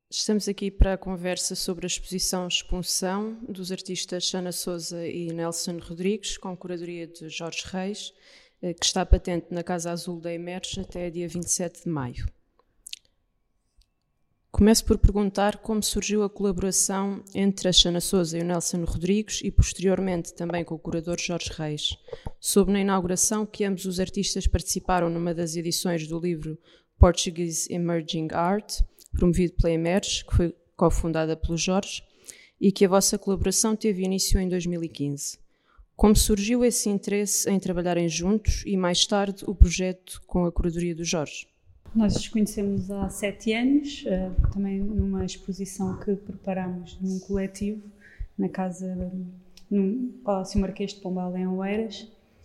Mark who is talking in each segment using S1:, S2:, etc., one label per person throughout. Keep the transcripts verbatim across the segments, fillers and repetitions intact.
S1: Estamos aqui para a conversa sobre a exposição Expunção dos artistas Xana Sousa e Nelson Rodrigues, com curadoria de Jorge Reis, que está patente na Casa Azul da Emerge até dia vinte e sete de maio. Começo por perguntar como surgiu a colaboração entre a Xana Sousa e o Nelson Rodrigues e posteriormente também com o curador Jorge Reis. Soube na inauguração que ambos os artistas participaram numa das edições do livro Portuguese Emerging Art, promovido pela Emerge, que foi cofundada pelo Jorge, e que a vossa colaboração teve início em dois mil e quinze. Como surgiu esse interesse em trabalharem juntos e, mais tarde, o projeto com a curadoria do Jorge?
S2: Nós nos conhecemos há sete anos, também numa exposição que preparámos num coletivo, na casa, no Palácio Marquês de Pombal, em Oeiras,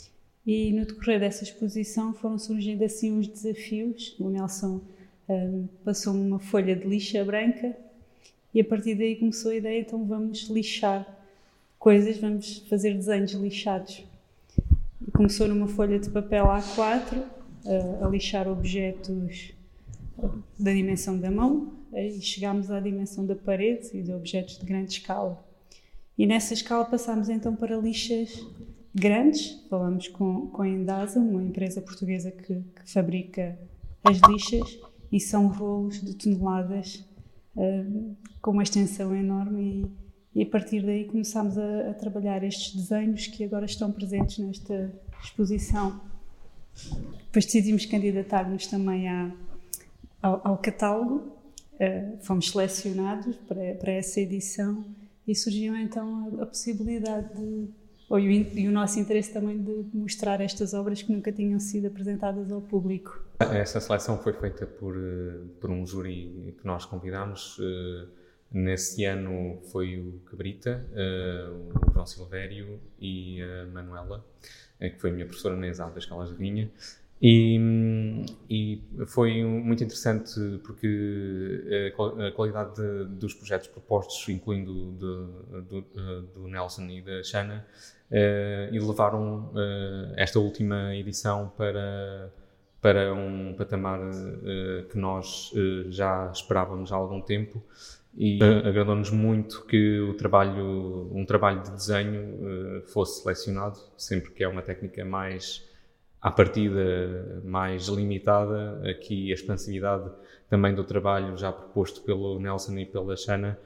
S2: e no decorrer dessa exposição foram surgindo assim uns desafios. O Nelson Um, passou-me uma folha de lixa branca e a partir daí começou a ideia, então vamos lixar coisas, vamos fazer desenhos lixados. E começou numa folha de papel A quatro, uh, a lixar objetos uh, da dimensão da mão, uh, e chegámos à dimensão da parede e de objetos de grande escala. E nessa escala passámos então para lixas grandes. Falamos com, com a Endasa, uma empresa portuguesa que, que fabrica as lixas, e são rolos de toneladas uh, com uma extensão enorme e, e a partir daí começámos a, a trabalhar estes desenhos que agora estão presentes nesta exposição. Depois decidimos candidatar-nos também à, ao, ao catálogo, uh, fomos selecionados para, para essa edição e surgiu então a, a possibilidade de, ou, e, o, e o nosso interesse também de mostrar estas obras que nunca tinham sido apresentadas ao público.
S3: Essa seleção foi feita por, por um júri que nós convidámos. Nesse ano foi o Cabrita, o João Silvério e a Manuela, que foi a minha professora na Exato das Calas de Vinha. E, e foi muito interessante porque a qualidade de, dos projetos propostos, incluindo do, do, do Nelson e da Xana, elevaram esta última edição para... para um patamar uh, que nós uh, já esperávamos há algum tempo e uh, agradou-nos muito que o trabalho, um trabalho de desenho uh, fosse selecionado, sempre que é uma técnica mais, à partida, mais limitada. Aqui a expansividade também do trabalho já proposto pelo Nelson e pela Xana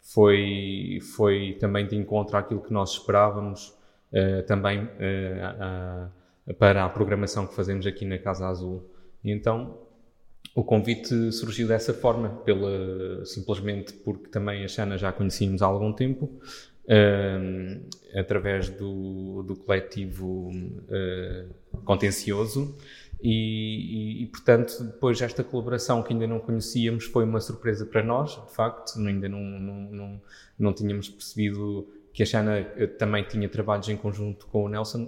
S3: foi, foi também de encontro àquilo que nós esperávamos, uh, também uh, a, para a programação que fazemos aqui na Casa Azul. E então o convite surgiu dessa forma, pela, simplesmente porque também a Xana já conhecíamos há algum tempo, uh, através do, do coletivo uh, Contencioso, e, e, e portanto depois esta colaboração que ainda não conhecíamos foi uma surpresa para nós, de facto, ainda não, não, não, não tínhamos percebido que a Xana também tinha trabalhos em conjunto com o Nelson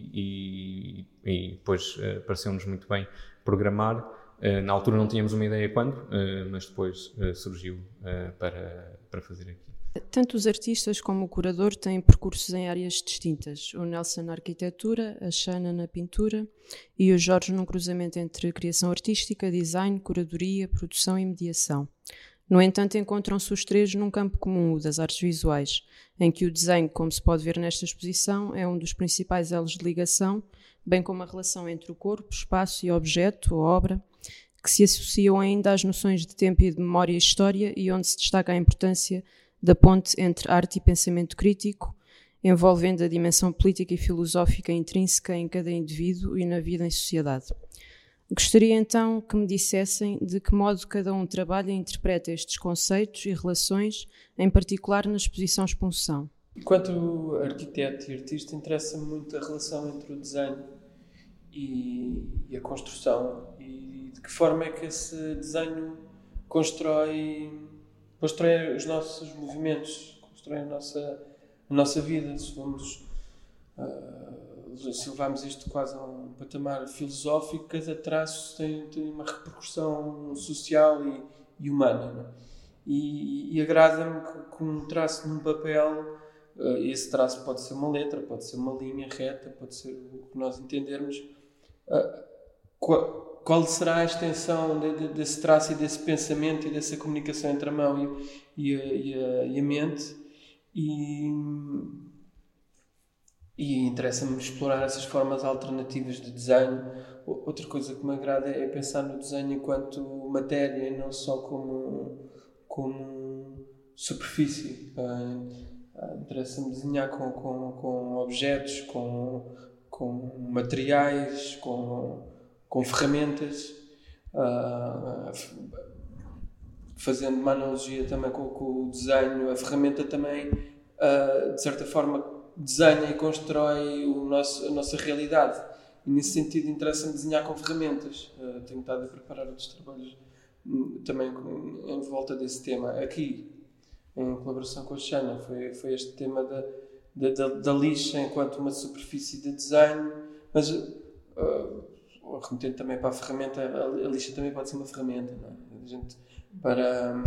S3: e, e, e depois uh, pareceu-nos muito bem programar. Uh, na altura não tínhamos uma ideia quando, uh, mas depois uh, surgiu uh, para, para fazer aqui.
S1: Tanto os artistas como o curador têm percursos em áreas distintas. O Nelson na arquitetura, a Xana na pintura e o Jorge num cruzamento entre criação artística, design, curadoria, produção e mediação. No entanto, encontram-se os três num campo comum, o das artes visuais, em que o desenho, como se pode ver nesta exposição, é um dos principais elos de ligação, bem como a relação entre o corpo, espaço e objeto, ou obra, que se associam ainda às noções de tempo e de memória e história e onde se destaca a importância da ponte entre arte e pensamento crítico, envolvendo a dimensão política e filosófica intrínseca em cada indivíduo e na vida em sociedade. Gostaria então que me dissessem de que modo cada um trabalha e interpreta estes conceitos e relações, em particular na exposição Expunção.
S4: Enquanto arquiteto e artista, interessa-me muito a relação entre o desenho e, e a construção, e de que forma é que esse desenho constrói, constrói os nossos movimentos, constrói a nossa, a nossa vida. Se vamos... Uh, se levarmos isto quase a um patamar filosófico, cada traço tem, tem uma repercussão social e, e humana, não é? E, e agrada-me que, que um traço num papel, uh, esse traço pode ser uma letra, pode ser uma linha reta, pode ser o que nós entendermos, uh, co- qual será a extensão de, de, desse traço e desse pensamento e dessa comunicação entre a mão e, e, a, e, a, e a mente. E, e interessa-me explorar essas formas alternativas de desenho. Outra coisa que me agrada é pensar no desenho enquanto matéria e não só como, como superfície. Uh, interessa-me desenhar com, com, com objetos, com, com materiais, com, com ferramentas, uh, fazendo uma analogia também com, com o desenho. A ferramenta também, uh, de certa forma, desenha e constrói o nosso, a nossa realidade. E nesse sentido interessa-me desenhar com ferramentas. Uh, tenho estado a preparar outros trabalhos um, também com, em volta desse tema. Aqui, em colaboração com a Xana, foi, foi este tema da, da, da, da lixa enquanto uma superfície de desenho, mas uh, remetendo também para a ferramenta, a, a lixa também pode ser uma ferramenta, não é? A gente, para,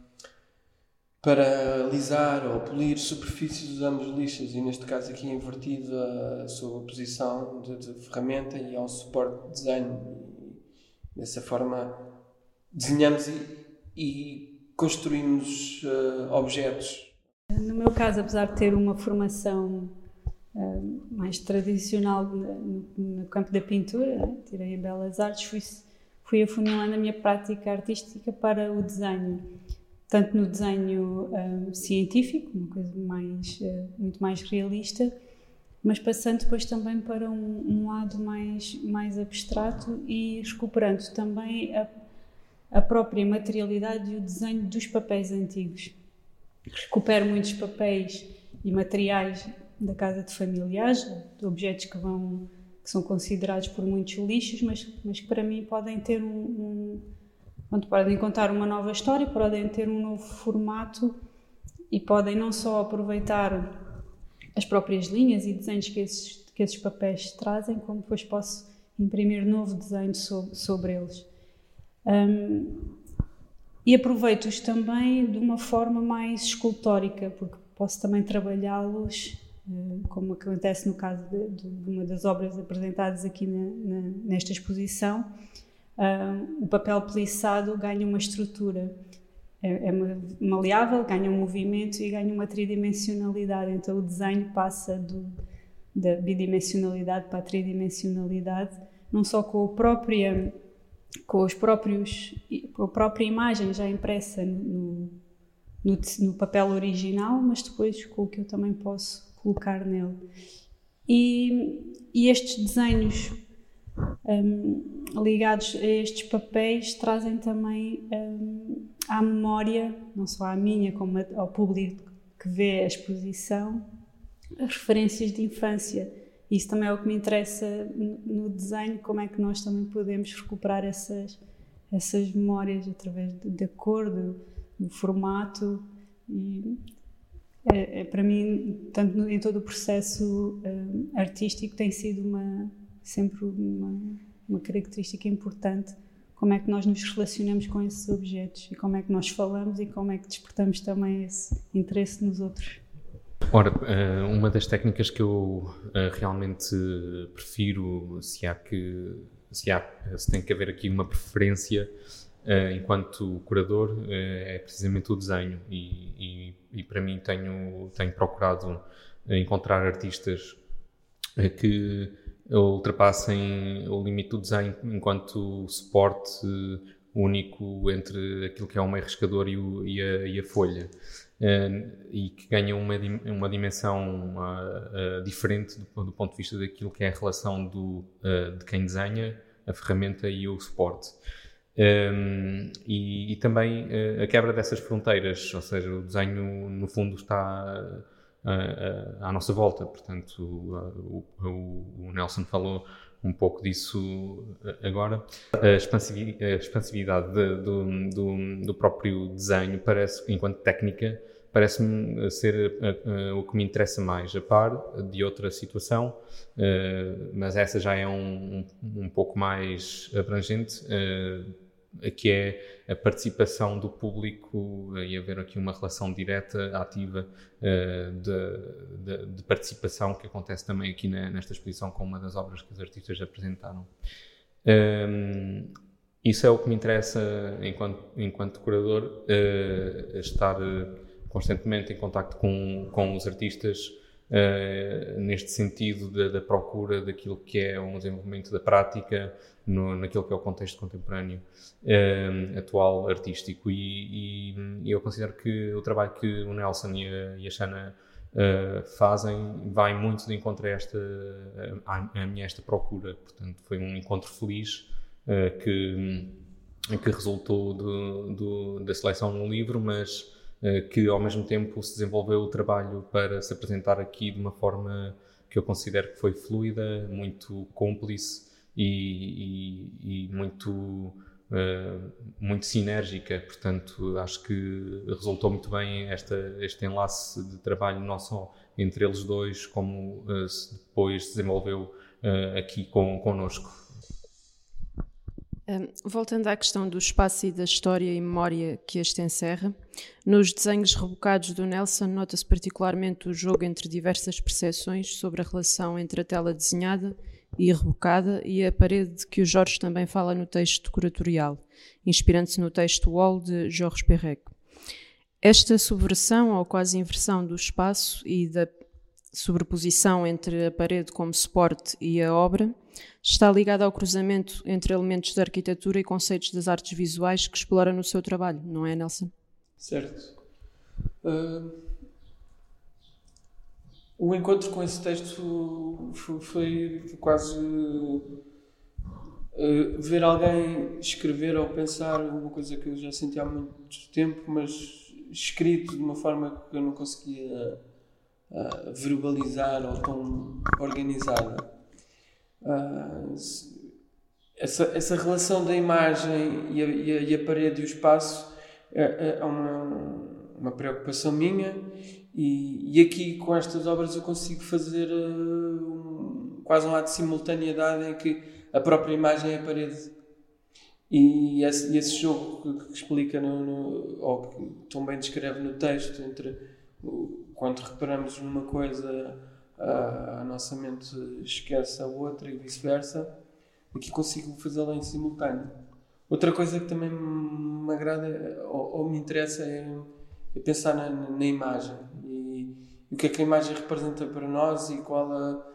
S4: para alisar ou polir superfícies usamos lixas, e neste caso aqui invertido a sua posição de, de ferramenta e ao suporte de desenho. E dessa forma desenhamos e, e construímos uh, objetos.
S2: No meu caso, apesar de ter uma formação uh, mais tradicional no, no campo da pintura, né? Tirei em Belas Artes, fui, fui afunilando a minha prática artística para o desenho, tanto no desenho uh, científico, uma coisa mais, uh, muito mais realista, mas passando depois também para um, um lado mais, mais abstrato e recuperando também a a própria materialidade e o desenho dos papéis antigos. Recupero muitos papéis e materiais da casa de familiares, de objetos que, vão, que são considerados por muitos lixos, mas, mas que para mim podem ter um, um onde podem contar uma nova história, podem ter um novo formato e podem não só aproveitar as próprias linhas e desenhos que esses, que esses papéis trazem, como depois posso imprimir novo desenho sobre, sobre eles. Um, e aproveito-os também de uma forma mais escultórica, porque posso também trabalhá-los, uh, como acontece no caso de, de uma das obras apresentadas aqui na, na, nesta exposição. Uh, o papel peliçado ganha uma estrutura, é, é maleável, ganha um movimento e ganha uma tridimensionalidade, então o desenho passa do, da bidimensionalidade para a tridimensionalidade, não só com a própria com os próprios, com a própria imagem já impressa no, no, no papel original, mas depois com o que eu também posso colocar nele. E, e estes desenhos um, ligados a estes papéis trazem também um, à memória, não só à minha, como ao público que vê a exposição, as referências de infância. Isso também é o que me interessa no desenho, como é que nós também podemos recuperar essas, essas memórias através da cor, do, do formato. E é, é, para mim, tanto no, em todo o processo um, artístico, tem sido uma, sempre uma, uma característica importante, como é que nós nos relacionamos com esses objetos e como é que nós falamos e como é que despertamos também esse interesse nos outros.
S3: Ora, uma das técnicas que eu realmente prefiro, se há que, se, há, se tem que haver aqui uma preferência enquanto curador, é precisamente o desenho e, e, e para mim tenho, tenho procurado encontrar artistas que ultrapassem o limite do desenho enquanto suporte único entre aquilo que é o meio riscador e, o, e, a, e a folha. Uh, e que ganham uma, uma dimensão uh, uh, diferente do, do ponto de vista daquilo que é a relação do, uh, de quem desenha, a ferramenta e o suporte. Um, e, e também uh, a quebra dessas fronteiras, ou seja, o desenho no fundo está uh, uh, à nossa volta, portanto uh, o, o, o Nelson falou um pouco disso agora. A expansividade, a expansividade de, do, do, do próprio desenho, parece, enquanto técnica, parece-me ser uh, uh, o que me interessa mais, a par de outra situação, uh, mas essa já é um, um, um pouco mais abrangente, uh, que é a participação do público e haver aqui uma relação direta, ativa, uh, de, de, de participação, que acontece também aqui na, nesta exposição com uma das obras que os artistas apresentaram. Um, isso é o que me interessa enquanto, enquanto curador, uh, estar constantemente em contacto com, com os artistas, uh, neste sentido da, da procura daquilo que é um desenvolvimento da prática no, naquilo que é o contexto contemporâneo uh, atual artístico, e, e, e eu considero que o trabalho que o Nelson e a, e a Xana uh, fazem vai muito de encontro a, esta, a, a minha esta procura. Portanto, foi um encontro feliz uh, que, que resultou do, do, da seleção no livro, mas uh, que ao mesmo tempo se desenvolveu o trabalho para se apresentar aqui de uma forma que eu considero que foi fluida, muito cúmplice e, e, e muito, uh, muito sinérgica. Portanto, acho que resultou muito bem esta, este enlace de trabalho não só entre eles dois, como uh, se depois se desenvolveu uh, aqui com, connosco.
S1: Um, voltando à questão do espaço e da história e memória que este encerra, nos desenhos rebocados do Nelson nota-se particularmente o jogo entre diversas percepções sobre a relação entre a tela desenhada e rebocada e a parede que o Jorge também fala no texto curatorial, inspirando-se no texto Wall de Georges Perec. Esta subversão ou quase inversão do espaço e da sobreposição entre a parede como suporte e a obra está ligada ao cruzamento entre elementos da arquitetura e conceitos das artes visuais que explora no seu trabalho, não é, Nelson?
S4: Certo. Uh, o encontro com esse texto foi, foi quase uh, ver alguém escrever ou pensar uma coisa que eu já sentia há muito tempo, mas escrito de uma forma que eu não conseguia uh, verbalizar ou tão organizada. Uh, essa, essa relação da imagem e a, e a, e a parede e o espaço é, é uma, uma preocupação minha, e, e aqui com estas obras eu consigo fazer uh, um, quase um ato de simultaneidade em que a própria imagem é a parede, e esse, e esse jogo que, que explica no, no, ou que tão bem descreve no texto entre uh, quando reparamos numa coisa a nossa mente esquece a outra e vice-versa. Aqui consigo fazê-la em simultâneo. Outra coisa que também me agrada ou, ou me interessa é, é pensar na, na imagem e, e o que é que a imagem representa para nós e qual a,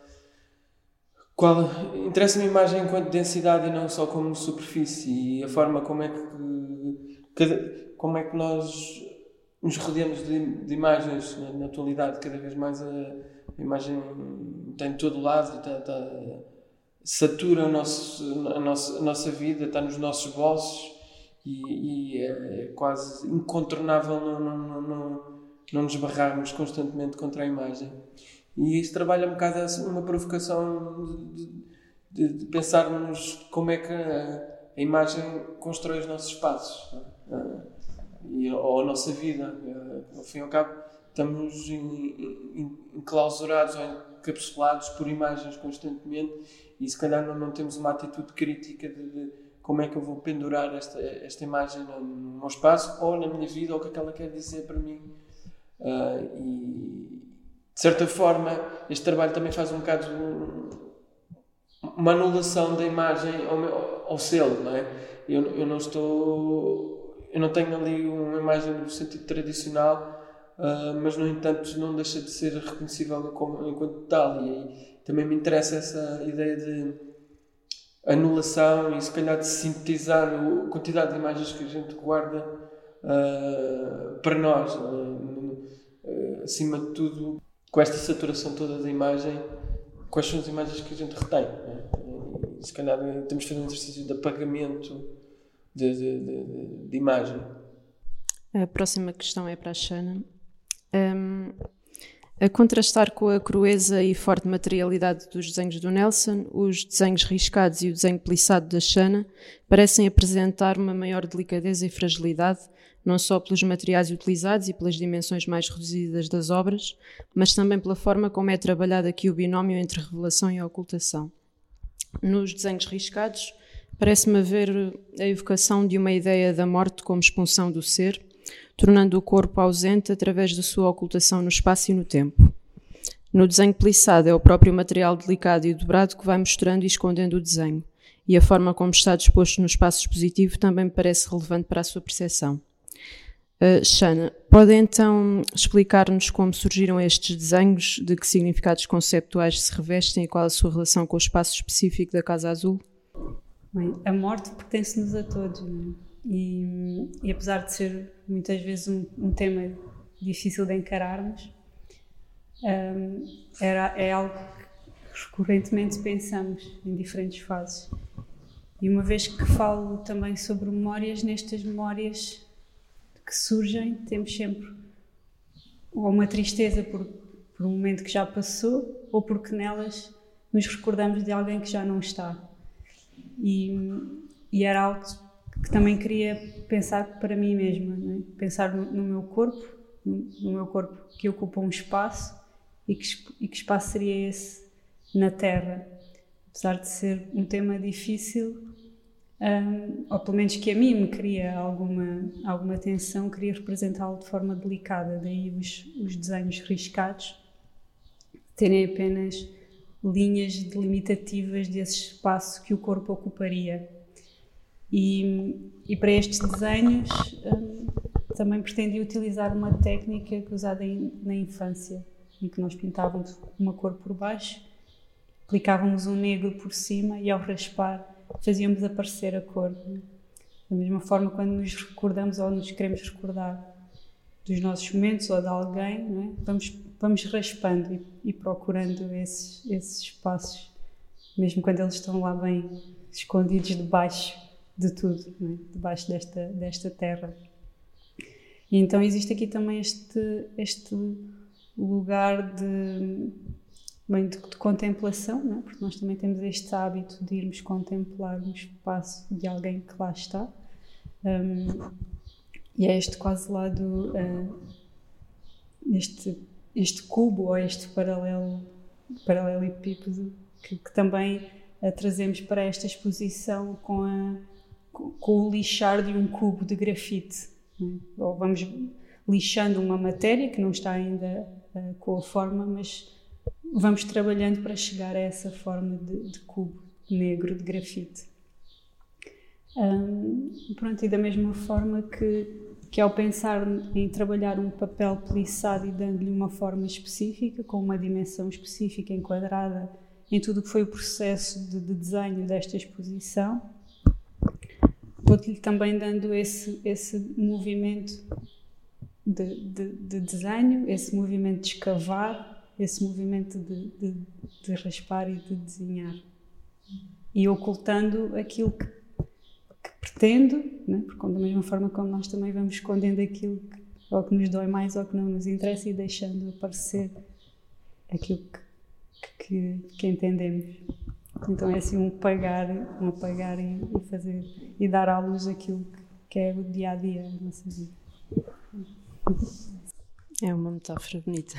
S4: qual a, interessa-me a imagem enquanto densidade e não só como superfície, e a forma como é que cada, como é que nós nos rodeamos de, de imagens na, na atualidade. Cada vez mais a A imagem está em todo lado, está, está, satura o nosso, a, nossa, a nossa vida, está nos nossos bolsos, e, e é, é quase incontornável não, não, não, não nos barrarmos constantemente contra a imagem. E isso trabalha um bocado uma provocação de, de, de pensarmos como é que a, a imagem constrói os nossos espaços, não? E, ou a nossa vida. Ao fim e ao cabo, estamos enclausurados ou encapsulados por imagens constantemente, e se calhar não, não temos uma atitude crítica de, de como é que eu vou pendurar esta, esta imagem no, no meu espaço ou na minha vida, ou o que é que ela quer dizer para mim. Uh, e de certa forma este trabalho também faz um bocado um, uma anulação da imagem ao, meu, ao selo, não é? Eu, eu não estou eu não tenho ali uma imagem no sentido tradicional, Uh, mas no entanto não deixa de ser reconhecível como, enquanto tal, e aí também me interessa essa ideia de anulação e se calhar de sintetizar a quantidade de imagens que a gente guarda uh, para nós, uh, uh, acima de tudo, com esta saturação toda da imagem, quais são as imagens que a gente retém, né? E se calhar temos de fazer um exercício de apagamento de, de, de, de imagem.
S1: A próxima questão é para a Xana. Um, a contrastar com a crueza e forte materialidade dos desenhos do Nelson, os desenhos riscados e o desenho plissado da Xana parecem apresentar uma maior delicadeza e fragilidade, não só pelos materiais utilizados e pelas dimensões mais reduzidas das obras, mas também pela forma como é trabalhado aqui o binómio entre revelação e ocultação. Nos desenhos riscados, parece-me haver a evocação de uma ideia da morte como expulsão do ser, tornando o corpo ausente através da sua ocultação no espaço e no tempo. No desenho plissado é o próprio material delicado e dobrado que vai mostrando e escondendo o desenho, e a forma como está disposto no espaço expositivo também me parece relevante para a sua percepção. Uh, Xana, pode então explicar-nos como surgiram estes desenhos, de que significados conceptuais se revestem e qual a sua relação com o espaço específico da Casa Azul?
S2: Bem, a morte pertence-nos a todos, não é? E, e apesar de ser muitas vezes um, um tema difícil de encararmos, um, era, é algo que recorrentemente pensamos em diferentes fases. E uma vez que falo também sobre memórias, nestas memórias que surgem, temos sempre ou uma tristeza por, por um momento que já passou, ou porque nelas nos recordamos de alguém que já não está. E, e era algo que também queria pensar para mim mesma, não é? Pensar no, no meu corpo, no, no meu corpo que ocupa um espaço, e que, e que espaço seria esse na Terra. Apesar de ser um tema difícil, um, ou pelo menos que a mim me cria alguma, alguma tensão, queria representá-lo de forma delicada, daí os, os desenhos riscados terem apenas linhas delimitativas desse espaço que o corpo ocuparia. E, e para estes desenhos um, também pretendi utilizar uma técnica que usada em, na infância, em que nós pintávamos uma cor por baixo, aplicávamos um negro por cima e ao raspar fazíamos aparecer a cor. Da mesma forma, quando nos recordamos ou nos queremos recordar dos nossos momentos ou de alguém, não é? vamos, vamos raspando e, e procurando esses, esses espaços, mesmo quando eles estão lá bem escondidos debaixo de tudo, não é? Debaixo desta, desta terra. E então existe aqui também este, este lugar de, bem, de, de contemplação, não é? Porque nós também temos este hábito de irmos contemplar um espaço de alguém que lá está. Um, e é este quase lado, uh, este, este cubo ou este paralelo, paralelepípedo que, que também uh, trazemos para esta exposição com, a, com, com o lixar de um cubo de grafite. Não é? Ou vamos lixando uma matéria que não está ainda uh, com a forma, mas vamos trabalhando para chegar a essa forma de, de cubo negro de grafite. Um, pronto, e da mesma forma que, que ao pensar em trabalhar um papel plissado e dando-lhe uma forma específica, com uma dimensão específica enquadrada em tudo o que foi o processo de, de desenho desta exposição, vou-lhe também dando esse, esse movimento de, de, de desenho, esse movimento de escavar, esse movimento de, de, de raspar e de desenhar, e ocultando aquilo que que pretendo, né? Porque da mesma forma como nós também vamos escondendo aquilo que, ou que nos dói mais ou que não nos interessa, e deixando aparecer aquilo que, que, que entendemos. Então é assim um apagar, um apagar e, e fazer e dar à luz aquilo que, que é o dia a dia da nossa vida.
S1: É uma metáfora bonita.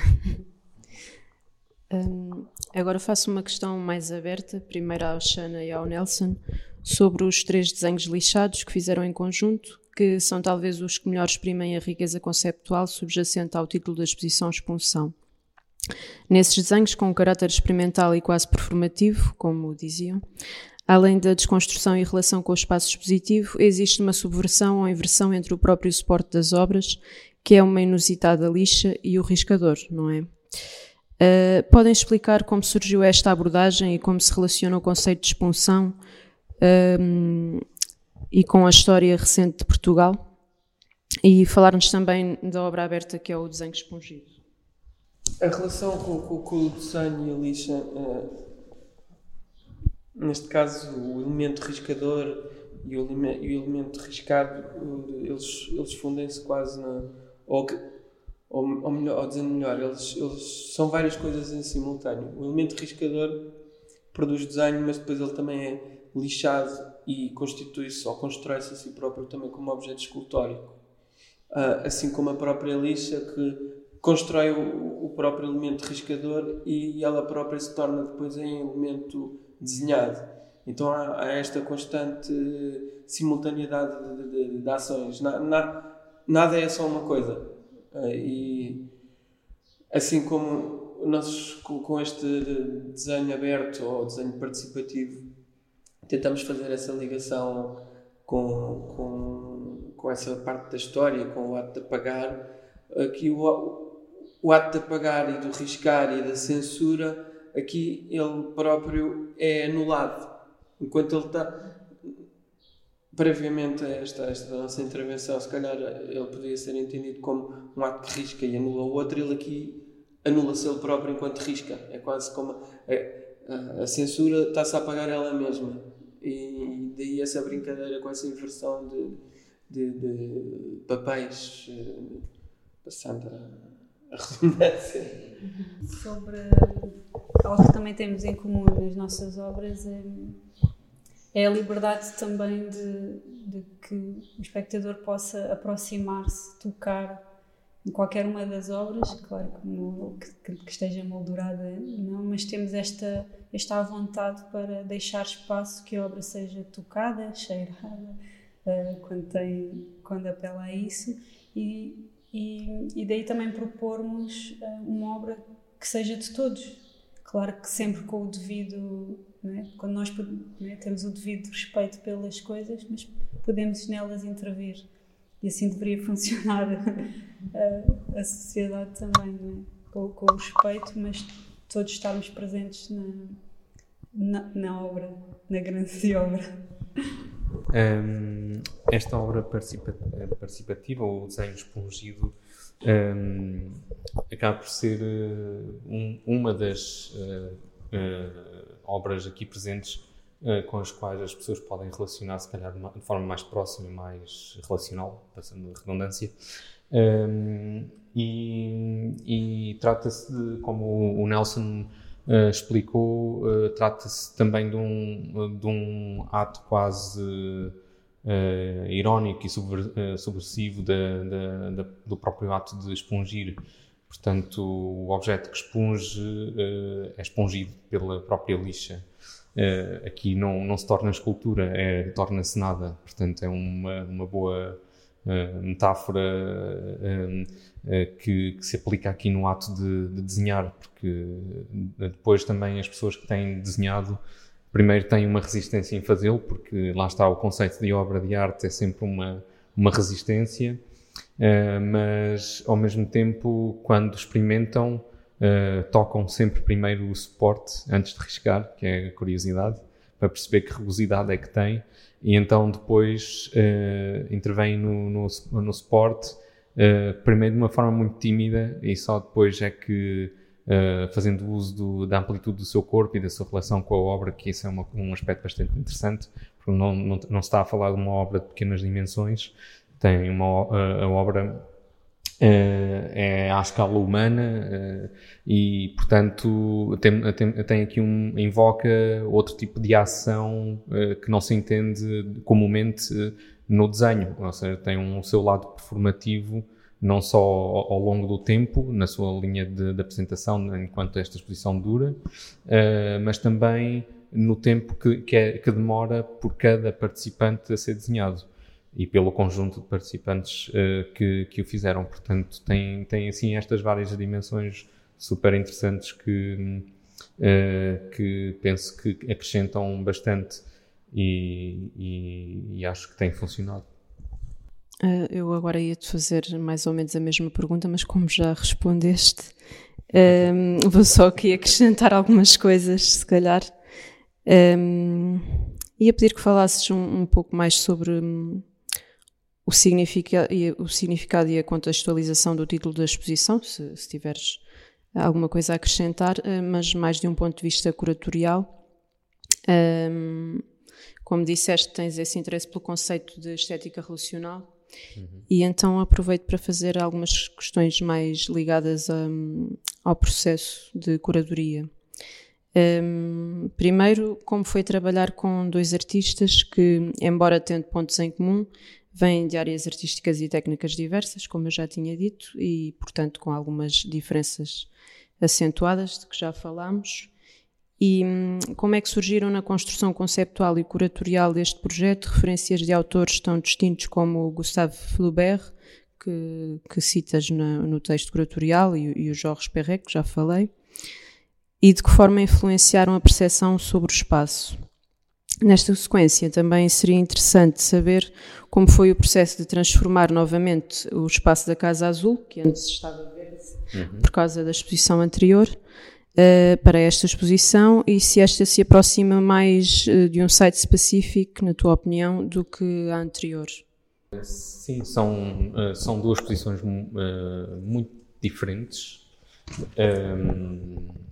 S1: Um, agora faço uma questão mais aberta, primeiro à Xana e ao Nelson, sobre os três desenhos lixados que fizeram em conjunto, que são talvez os que melhor exprimem a riqueza conceptual subjacente ao título da exposição Expunção. Nesses desenhos, com um caráter experimental e quase performativo, como diziam, além da desconstrução e relação com o espaço expositivo, existe uma subversão ou inversão entre o próprio suporte das obras, que é uma inusitada lixa, e o riscador, não é? Uh, podem explicar como surgiu esta abordagem e como se relaciona o conceito de expunção um, e com a história recente de Portugal? E falar-nos também da obra aberta, que é o desenho expungido.
S4: A relação com, com, com o desenho e a lixa, uh, neste caso o elemento riscador e o, e o elemento riscado, uh, eles, eles fundem-se quase na... Ou, ou, ou, melhor, ou dizendo melhor, eles, eles são várias coisas em simultâneo. O elemento riscador produz desenho, mas depois ele também é lixado e constitui-se ou constrói-se a si próprio também como objeto escultórico. Uh, assim como a própria lixa, que constrói o, o próprio elemento riscador e ela própria se torna depois em elemento desenhado. Então há, há esta constante simultaneidade de, de, de, de ações. Na, na, nada é só uma coisa. Uh, e assim como nós com, com este desenho aberto ou desenho participativo tentamos fazer essa ligação com, com, com essa parte da história, com o ato de apagar, aqui o, o ato de apagar e do riscar e da censura, aqui ele próprio é anulado, enquanto ele está... Previamente a esta, esta nossa intervenção, se calhar ele poderia ser entendido como um ato que risca e anula o outro, ele aqui anula-se ele próprio enquanto risca. É quase como a, a, a censura está-se a apagar ela mesma. E daí essa brincadeira com essa inversão de, de, de papéis, passando a, a redundância.
S2: Sobre algo que também temos em comum nas nossas obras é... É a liberdade também de, de que o espectador possa aproximar-se, tocar em qualquer uma das obras, claro que, no, que, que esteja moldurada, não, mas temos esta, esta à vontade para deixar espaço que a obra seja tocada, cheirada, uh, quando, tem, quando apela a isso, e, e, e daí também propormos uh, uma obra que seja de todos. Claro que sempre com o devido, né? Quando nós, né, temos o devido respeito pelas coisas, mas podemos nelas intervir. E assim deveria funcionar a, a sociedade também, né? com, com o respeito, mas todos estarmos presentes na, na, na obra, na grande obra.
S3: Um, esta obra participa, participativa, ou desenho espongido, Um, acaba por ser uh, um, uma das uh, uh, obras aqui presentes uh, com as quais as pessoas podem relacionar, se calhar de forma mais próxima e mais relacional, passando a redundância, um, e, e trata-se de, como o Nelson uh, explicou, uh, trata-se também de um, de um ato quase uh, Uh, irónico e subver, uh, subversivo da, da, da, do próprio ato de expungir. Portanto, o objeto que expunge uh, é expungido pela própria lixa. Uh, aqui não, não se torna escultura, é, torna-se nada. Portanto, é uma, uma boa uh, metáfora uh, uh, que, que se aplica aqui no ato de, de desenhar, porque depois também as pessoas que têm desenhado primeiro têm uma resistência em fazê-lo, porque lá está o conceito de obra de arte, é sempre uma, uma resistência, uh, mas ao mesmo tempo, quando experimentam, uh, tocam sempre primeiro o suporte antes de riscar, que é a curiosidade, para perceber que rugosidade é que tem, e então depois uh, intervêm no, no, no suporte, uh, primeiro de uma forma muito tímida, e só depois é que Uh, fazendo uso do, da amplitude do seu corpo e da sua relação com a obra, que isso é uma, um aspecto bastante interessante, porque não, não, não se está a falar de uma obra de pequenas dimensões, tem uma, uh, a obra uh, é à escala humana uh, e, portanto, tem, tem, tem aqui um, invoca outro tipo de ação uh, que não se entende comumente uh, no desenho, ou seja, tem um, o seu lado performativo, não só ao, ao longo do tempo, na sua linha de, de apresentação, enquanto esta exposição dura, uh, mas também no tempo que, que, é, que demora por cada participante a ser desenhado e pelo conjunto de participantes uh, que, que o fizeram. Portanto, tem, tem assim estas várias dimensões super interessantes que, uh, que penso que acrescentam bastante e, e, e acho que tem funcionado.
S1: Uh, eu agora ia-te fazer mais ou menos a mesma pergunta, mas como já respondeste, um, vou só aqui acrescentar algumas coisas, se calhar. Um, ia pedir que falasses um, um pouco mais sobre um, o, significa, o significado e a contextualização do título da exposição, se, se tiveres alguma coisa a acrescentar, uh, mas mais de um ponto de vista curatorial. Um, como disseste, tens esse interesse pelo conceito de estética relacional. Uhum. E então aproveito para fazer algumas questões mais ligadas a, ao processo de curadoria. Um, primeiro, como foi trabalhar com dois artistas que, embora tendo pontos em comum, vêm de áreas artísticas e técnicas diversas, como eu já tinha dito, e portanto com algumas diferenças acentuadas de que já falámos. E como é que surgiram na construção conceptual e curatorial deste projeto referências de autores tão distintos como o Gustave Flaubert, que, que citas na, no texto curatorial, e, e o Georges Perec, que já falei, e de que forma influenciaram a percepção sobre o espaço? Nesta sequência, também seria interessante saber como foi o processo de transformar novamente o espaço da Casa Azul, que antes estava verde uhum. por causa da exposição anterior, uh, para esta exposição, e se esta se aproxima mais uh, de um site específico, na tua opinião, do que a anterior.
S3: Sim, são, uh, são duas exposições uh, muito diferentes. Um,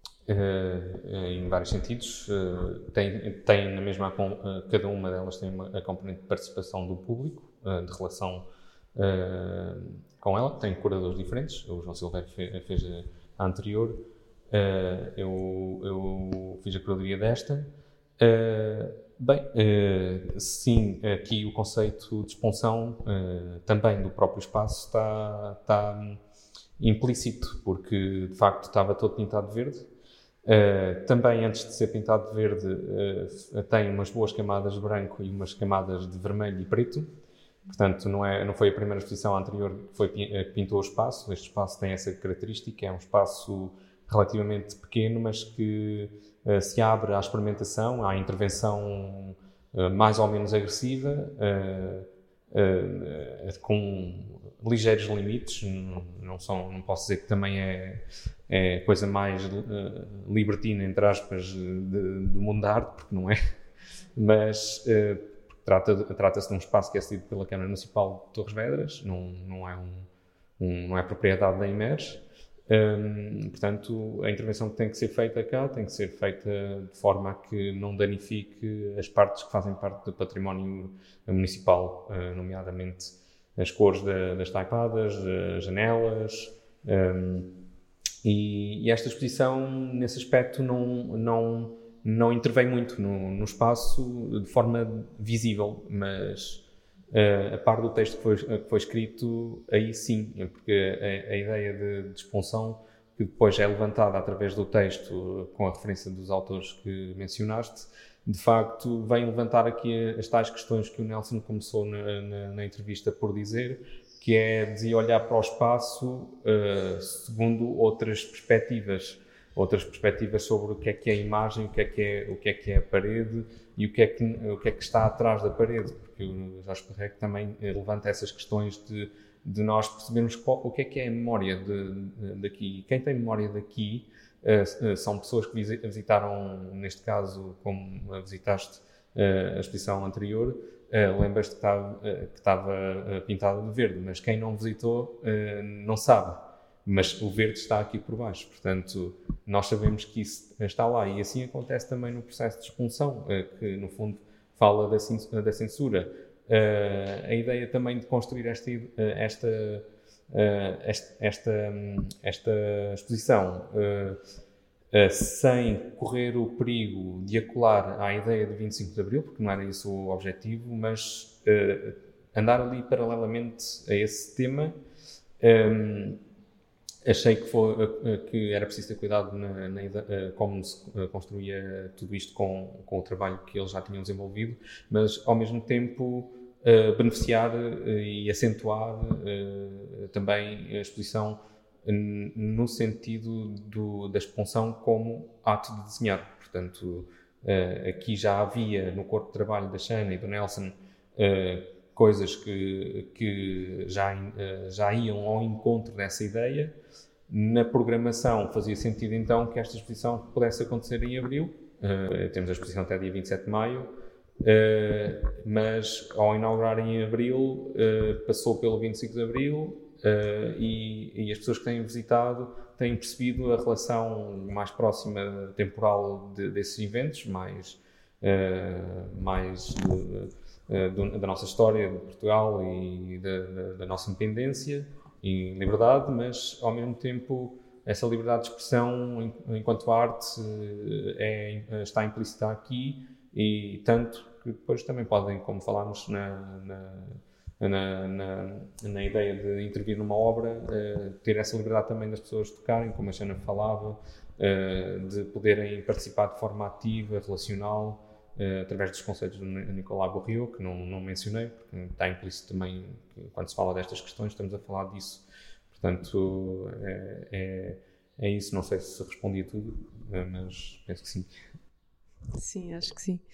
S3: Uh, em vários sentidos, uh, tem, tem na mesma, uh, cada uma delas tem uma, a componente de participação do público, uh, de relação uh, com ela, tem curadores diferentes. O João Silvério fez, fez a anterior, uh, eu, eu fiz a curadoria desta. Uh, bem, uh, sim, aqui o conceito de expulsão uh, também do próprio espaço está, está implícito, porque de facto estava todo pintado de verde. Uh, também, antes de ser pintado de verde, uh, tem umas boas camadas de branco e umas camadas de vermelho e preto. Portanto, não, é, não foi a primeira exposição anterior que, foi, que pintou o espaço. Este espaço tem essa característica, é um espaço relativamente pequeno, mas que uh, se abre à experimentação, à intervenção uh, mais ou menos agressiva, uh, uh, com ligeiros limites. Não, não, são, não posso dizer que também é... é coisa mais uh, libertina, entre aspas, de, do mundo da arte, porque não é, mas uh, trata, trata-se de um espaço que é cedido pela Câmara Municipal de Torres Vedras, não, não, é, um, um, não é propriedade da Imeres, um, portanto, a intervenção que tem que ser feita cá tem que ser feita de forma a que não danifique as partes que fazem parte do património municipal, uh, nomeadamente as cores da, das taipadas, as janelas, um, E, e esta exposição, nesse aspecto, não, não, não intervém muito no, no espaço de forma visível, mas uh, a par do texto que foi, que foi escrito, aí sim, porque a, a ideia de, de expulsão, que depois é levantada através do texto, com a referência dos autores que mencionaste, de facto vem levantar aqui as tais questões que o Nelson começou na, na, na entrevista por dizer, que é de olhar para o espaço uh, segundo outras perspectivas, outras perspectivas sobre o que é que é a imagem, o que é que é, o que é, que é a parede e o que, é que, o que é que está atrás da parede, porque o Jorge Perrec também levanta essas questões de, de nós percebermos qual, o que é que é a memória de, de, daqui. Quem tem memória daqui uh, uh, são pessoas que visitaram, neste caso, como visitaste uh, a exposição anterior. Uh, lembras-te que estava, uh, que estava uh, pintada de verde, mas quem não visitou uh, não sabe, mas o verde está aqui por baixo, portanto nós sabemos que isso está lá, e assim acontece também no processo de expulsão, uh, que no fundo fala da, da censura. Uh, a ideia também de construir esta, uh, esta, uh, esta, esta, um, esta exposição uh, Uh, sem correr o perigo de acolar à ideia de vinte e cinco de Abril, porque não era isso o objetivo, mas uh, andar ali paralelamente a esse tema. Um, achei que, foi, uh, que era preciso ter cuidado na, na uh, como se uh, construía tudo isto com, com o trabalho que eles já tinham desenvolvido, mas ao mesmo tempo uh, beneficiar uh, e acentuar uh, também a exposição no sentido do, da expulsão como ato de desenhar. Portanto, uh, aqui já havia no corpo de trabalho da Xana e do Nelson uh, coisas que, que já, uh, já iam ao encontro dessa ideia. Na programação fazia sentido então que esta exposição pudesse acontecer em abril. Uh, temos a exposição até dia vinte e sete de maio, uh, mas ao inaugurar em abril uh, passou pelo vinte e cinco de abril. Uh, e, e as pessoas que têm visitado têm percebido a relação mais próxima temporal de, desses eventos, mais, uh, mais de, uh, do, da nossa história de Portugal e da, da, da nossa independência e liberdade, mas ao mesmo tempo essa liberdade de expressão enquanto arte é, está implícita aqui, e tanto que depois também podem, como falámos na, na Na, na, na ideia de intervir numa obra, uh, ter essa liberdade também das pessoas tocarem, como a Xana falava, uh, de poderem participar de forma ativa, relacional, uh, através dos conceitos do Nicolas Bourriaud, que não, não mencionei, porque está implícito também que quando se fala destas questões estamos a falar disso. Portanto, é, é, é isso. Não sei se respondi a tudo, uh, mas penso que sim.
S1: Sim, acho que sim.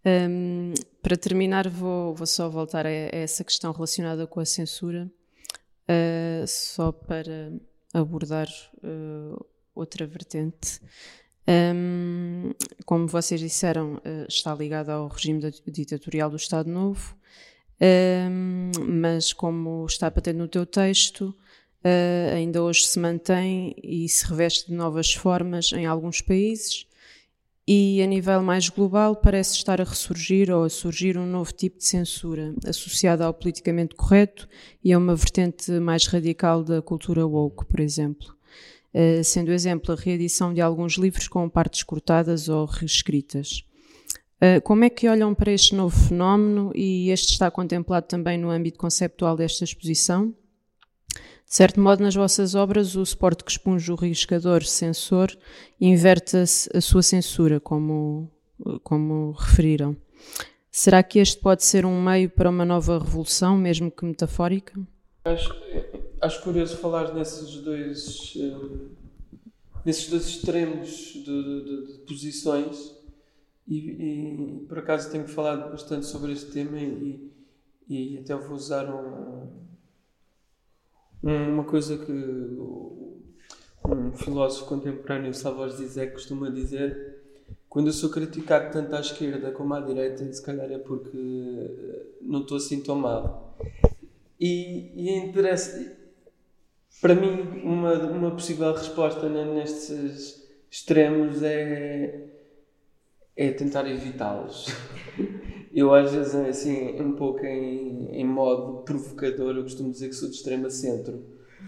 S1: Um, para terminar, vou, vou só voltar a, a essa questão relacionada com a censura, uh, só para abordar uh, outra vertente. Um, como vocês disseram, uh, está ligada ao regime ditatorial do Estado Novo, um, mas como está patente no teu texto, uh, ainda hoje se mantém e se reveste de novas formas em alguns países. E a nível mais global parece estar a ressurgir ou a surgir um novo tipo de censura, associado ao politicamente correto e a uma vertente mais radical da cultura woke, por exemplo. Uh, sendo exemplo a reedição de alguns livros com partes cortadas ou reescritas. Uh, como é que olham para este novo fenómeno e este está contemplado também no âmbito conceptual desta exposição? De certo modo, nas vossas obras, o suporte que expunge o riscador censor inverte a sua censura, como, como referiram. Será que este pode ser um meio para uma nova revolução, mesmo que metafórica?
S4: Acho, acho curioso falar nesses dois, um, nesses dois extremos de, de, de posições e, e, por acaso, tenho falado bastante sobre este tema e, e até vou usar um... Uma coisa que um filósofo contemporâneo, Slavoj Zizek, costuma dizer: quando eu sou criticado tanto à esquerda como à direita, se calhar é porque não estou assim tão mal. E, e interessa, para mim, uma, uma possível resposta nestes extremos é, é tentar evitá-los. Eu, às vezes, assim, um pouco em, em modo provocador, eu costumo dizer que sou de extrema centro.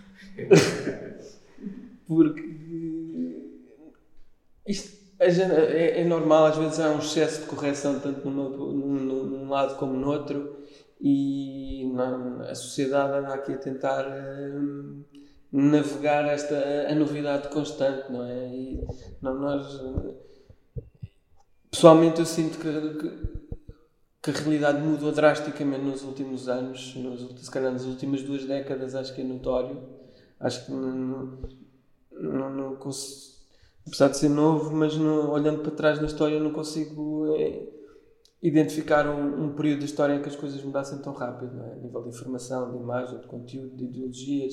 S4: Porque isto é, é normal, às vezes há um excesso de correção, tanto numa, num, num lado como no outro, e não, a sociedade anda aqui a tentar um, navegar esta, a novidade constante, não é? E não, nós... Pessoalmente, eu sinto que... que que a realidade mudou drasticamente nos últimos anos, nos, se calhar nas últimas duas décadas, acho que é notório. Acho que não, não, não consigo, apesar de ser novo, mas não, olhando para trás na história, não consigo é, identificar um, um período da história em que as coisas mudassem tão rápido, não é? A nível de informação, de imagem, de conteúdo, de ideologias.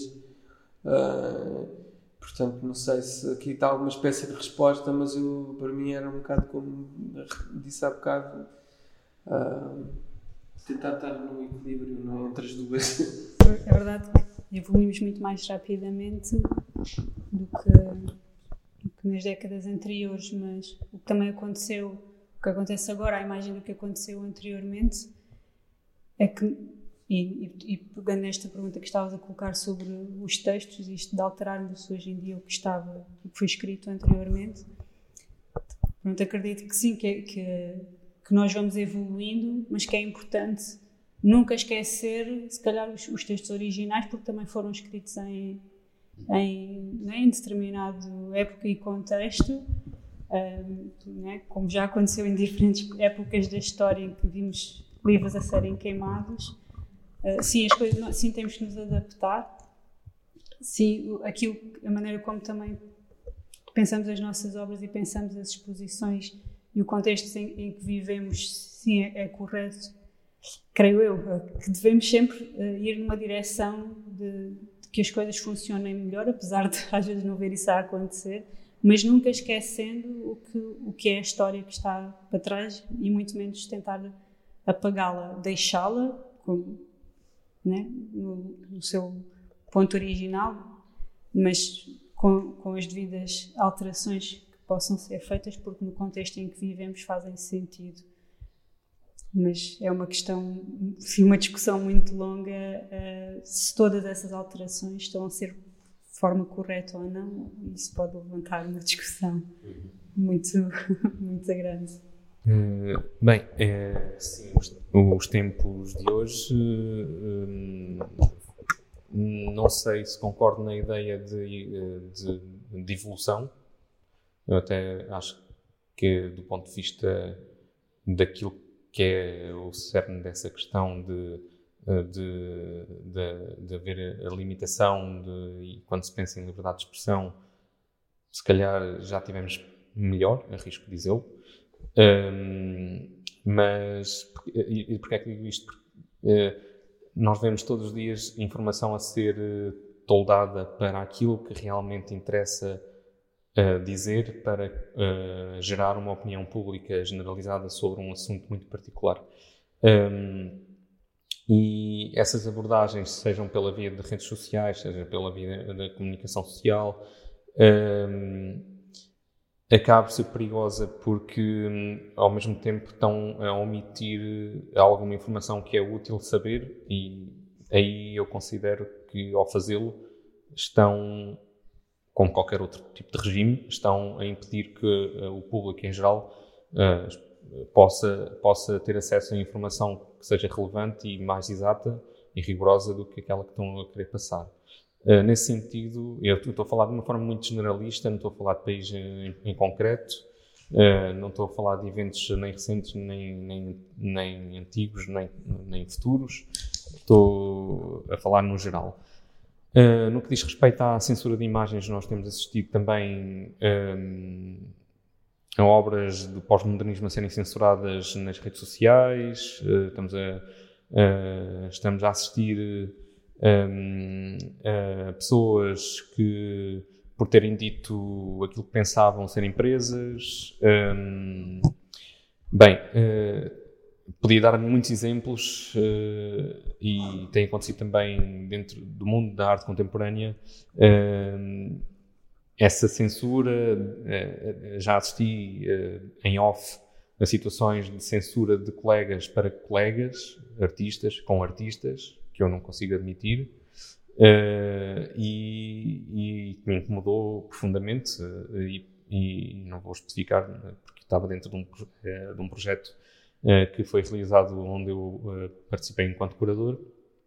S4: Uh, portanto, não sei se aqui está alguma espécie de resposta, mas eu, para mim era um bocado como disse há bocado, Uh, tentar estar no equilíbrio, não é? Entre as duas.
S2: É verdade que evoluímos muito mais rapidamente do que, do que nas décadas anteriores, mas o que também aconteceu, o que acontece agora, a imagem do que aconteceu anteriormente, é que, e, e, e pegando nesta pergunta que estavas a colocar sobre os textos, isto de alterarmos hoje em dia o que estava, o que foi escrito anteriormente, pronto, acredito que sim, que é, que que nós vamos evoluindo, mas que é importante nunca esquecer, se calhar, os, os textos originais, porque também foram escritos em, em, né, em determinado época e contexto, um, né, como já aconteceu em diferentes épocas da história em que vimos livros a serem queimados. Uh, sim, as coisas, sim, temos que nos adaptar. Sim, aquilo, a maneira como também pensamos as nossas obras e pensamos as exposições e o contexto em, em que vivemos, sim, é, é correto, creio eu, que devemos sempre uh, ir numa direção de, de que as coisas funcionem melhor, apesar de às vezes não ver isso a acontecer, mas nunca esquecendo o que, o que é a história que está para trás e muito menos tentar apagá-la, deixá-la como, né, no, no seu ponto original, mas com, com as devidas alterações possam ser feitas, porque no contexto em que vivemos fazem sentido. Mas é uma questão, sim, uma discussão muito longa, uh, se todas essas alterações estão a ser de forma correta ou não, isso pode levantar uma discussão muito, muito grande.
S3: Uh, bem, é, sim, os, os tempos de hoje, uh, não sei se concordo na ideia de, de, de evolução. Eu até acho que, do ponto de vista daquilo que é o cerne dessa questão de, de, de, de haver a limitação de, e quando se pensa em liberdade de expressão, se calhar já tivemos melhor, arrisco dizê-lo. Um, mas e, e porquê é que digo isto? Porque uh, nós vemos todos os dias informação a ser uh, toldada para aquilo que realmente interessa uh, dizer, para uh, gerar uma opinião pública generalizada sobre um assunto muito particular. Um, e essas abordagens, sejam pela via de redes sociais, seja pela via da comunicação social, um, acaba por ser perigosa porque, ao mesmo tempo, estão a omitir alguma informação que é útil saber, e aí eu considero que, ao fazê-lo, estão, como qualquer outro tipo de regime, estão a impedir que uh, o público em geral uh, possa, possa ter acesso a informação que seja relevante e mais exata e rigorosa do que aquela que estão a querer passar. Uh, nesse sentido, eu estou a falar de uma forma muito generalista, não estou a falar de país em, em concreto, uh, não estou a falar de eventos nem recentes, nem, nem, nem antigos, nem, nem futuros, estou a falar no geral. Uh, no que diz respeito à censura de imagens, nós temos assistido também um, a obras do pós-modernismo a serem censuradas nas redes sociais, uh, estamos, a, uh, estamos a assistir um, a pessoas que, por terem dito aquilo que pensavam, serem presas. Um, bem, uh, podia dar muitos exemplos uh, e tem acontecido também dentro do mundo da arte contemporânea. Uh, essa censura, uh, já assisti uh, em off a situações de censura de colegas para colegas, artistas com artistas, que eu não consigo admitir, uh, e, e me incomodou profundamente, uh, e, e não vou especificar, porque estava dentro de um, uh, de um projeto uh, que foi realizado onde eu uh, participei enquanto curador,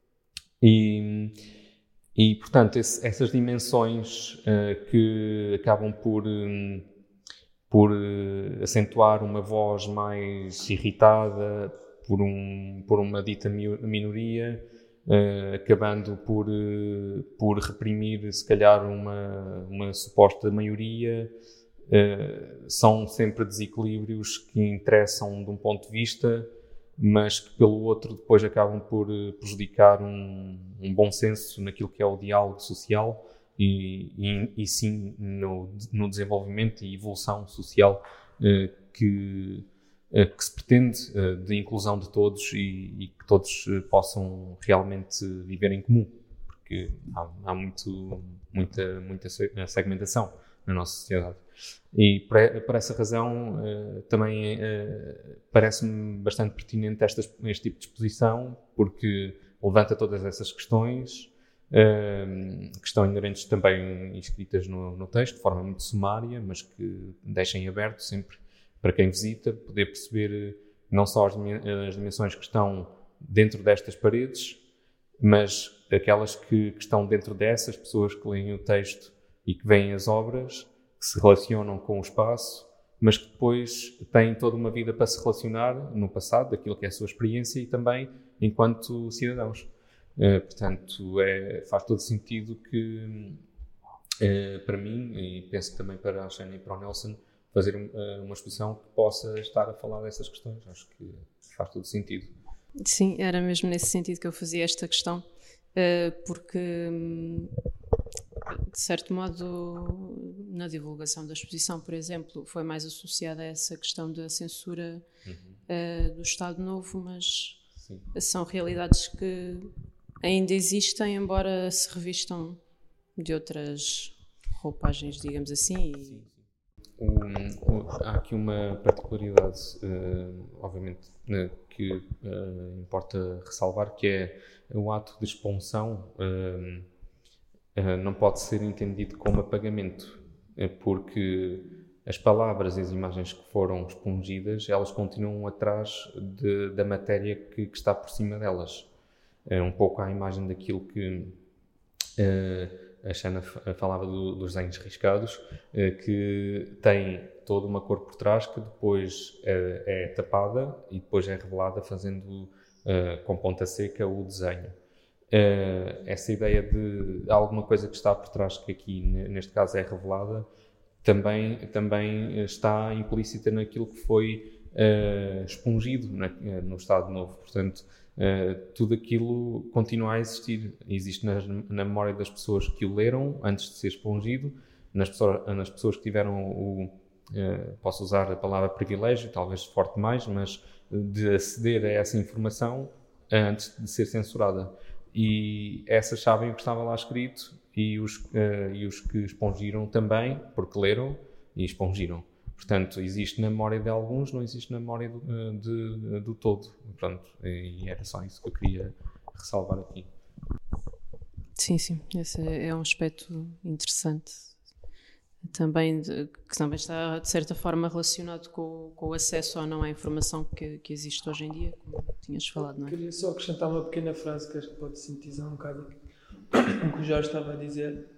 S3: e, e portanto, esse, essas dimensões uh, que acabam por, um, por uh, acentuar uma voz mais irritada por, um, por uma dita minoria, Uh, acabando por, uh, por reprimir, se calhar, uma, uma suposta maioria, uh, são sempre desequilíbrios que interessam de um ponto de vista, mas que, pelo outro, depois acabam por uh, prejudicar um, um bom senso naquilo que é o diálogo social e, e, e sim, no, no desenvolvimento e evolução social uh, que... que se pretende, de inclusão de todos e, e que todos possam realmente viver em comum, porque há, há muito, muita, muita segmentação na nossa sociedade. E por, por essa razão também parece-me bastante pertinente esta, este tipo de exposição, porque levanta todas essas questões, que estão inerentes também escritas no, no texto, de forma muito sumária, mas que deixem aberto sempre para quem visita, poder perceber não só as, as dimensões que estão dentro destas paredes, mas aquelas que, que estão dentro dessas, pessoas que leem o texto e que veem as obras, que se relacionam com o espaço, mas que depois têm toda uma vida para se relacionar no passado, daquilo que é a sua experiência e também enquanto cidadãos. Uh, portanto, é, faz todo sentido que, uh, para mim, e penso que também para a Xana e para o Nelson, fazer uma exposição que possa estar a falar dessas questões. Acho que faz todo sentido.
S1: Sim, era mesmo nesse sentido que eu fazia esta questão, porque, de certo modo, na divulgação da exposição, por exemplo, foi mais associada a essa questão da censura uhum. do Estado Novo, mas Sim. são realidades que ainda existem, embora se revistam de outras roupagens, digamos assim.
S3: Sim. Um, um, há aqui uma particularidade, uh, obviamente, uh, que uh, importa ressalvar, que é o ato de expulsão uh, uh, não pode ser entendido como apagamento, uh, porque as palavras e as imagens que foram expungidas, elas continuam atrás de, da matéria que, que está por cima delas. Uh, um pouco à imagem daquilo que... Uh, a Xana falava do, dos desenhos riscados, eh, que tem toda uma cor por trás que depois eh, é tapada e depois é revelada fazendo eh, com ponta seca o desenho. Eh, essa ideia de alguma coisa que está por trás, que aqui neste caso é revelada, também, também está implícita naquilo que foi uh, expungido na, no Estado Novo. Portanto, uh, tudo aquilo continua a existir. Existe na, na memória das pessoas que o leram antes de ser expungido, nas pessoas, nas pessoas que tiveram o, uh, posso usar a palavra privilégio, talvez forte demais, mas de aceder a essa informação antes de ser censurada. E essas sabem o que estava lá escrito e os, uh, e os que expungiram também, porque leram e expungiram. Portanto, existe na memória de alguns, não existe na memória do, de, do todo. Pronto, e era só isso que eu queria ressalvar aqui.
S1: Sim, sim, esse é um aspecto interessante. Também, de, que também está, de certa forma, relacionado com, com o acesso ou não à informação que, que existe hoje em dia, como tinhas falado, não é?
S4: Queria só acrescentar uma pequena frase que acho que pode sintetizar um bocado o que o Jorge estava a dizer.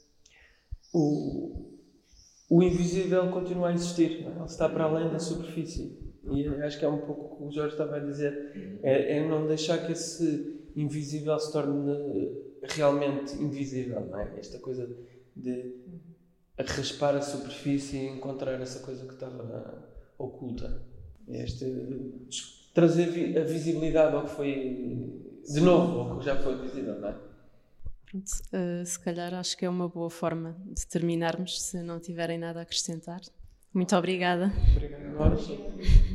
S4: O, o invisível continua a existir, não é? Ele está para além da superfície. E acho que é um pouco o que o Jorge estava a dizer. É, é não deixar que esse invisível se torne realmente invisível, não é? Esta coisa de a raspar a superfície e encontrar essa coisa que estava oculta. Este, trazer a visibilidade ao que foi, de novo, ao que já foi visível, não é?
S1: Pronto, uh, se calhar acho que é uma boa forma de terminarmos, se não tiverem nada a acrescentar. Muito obrigada.
S4: Obrigado a nós.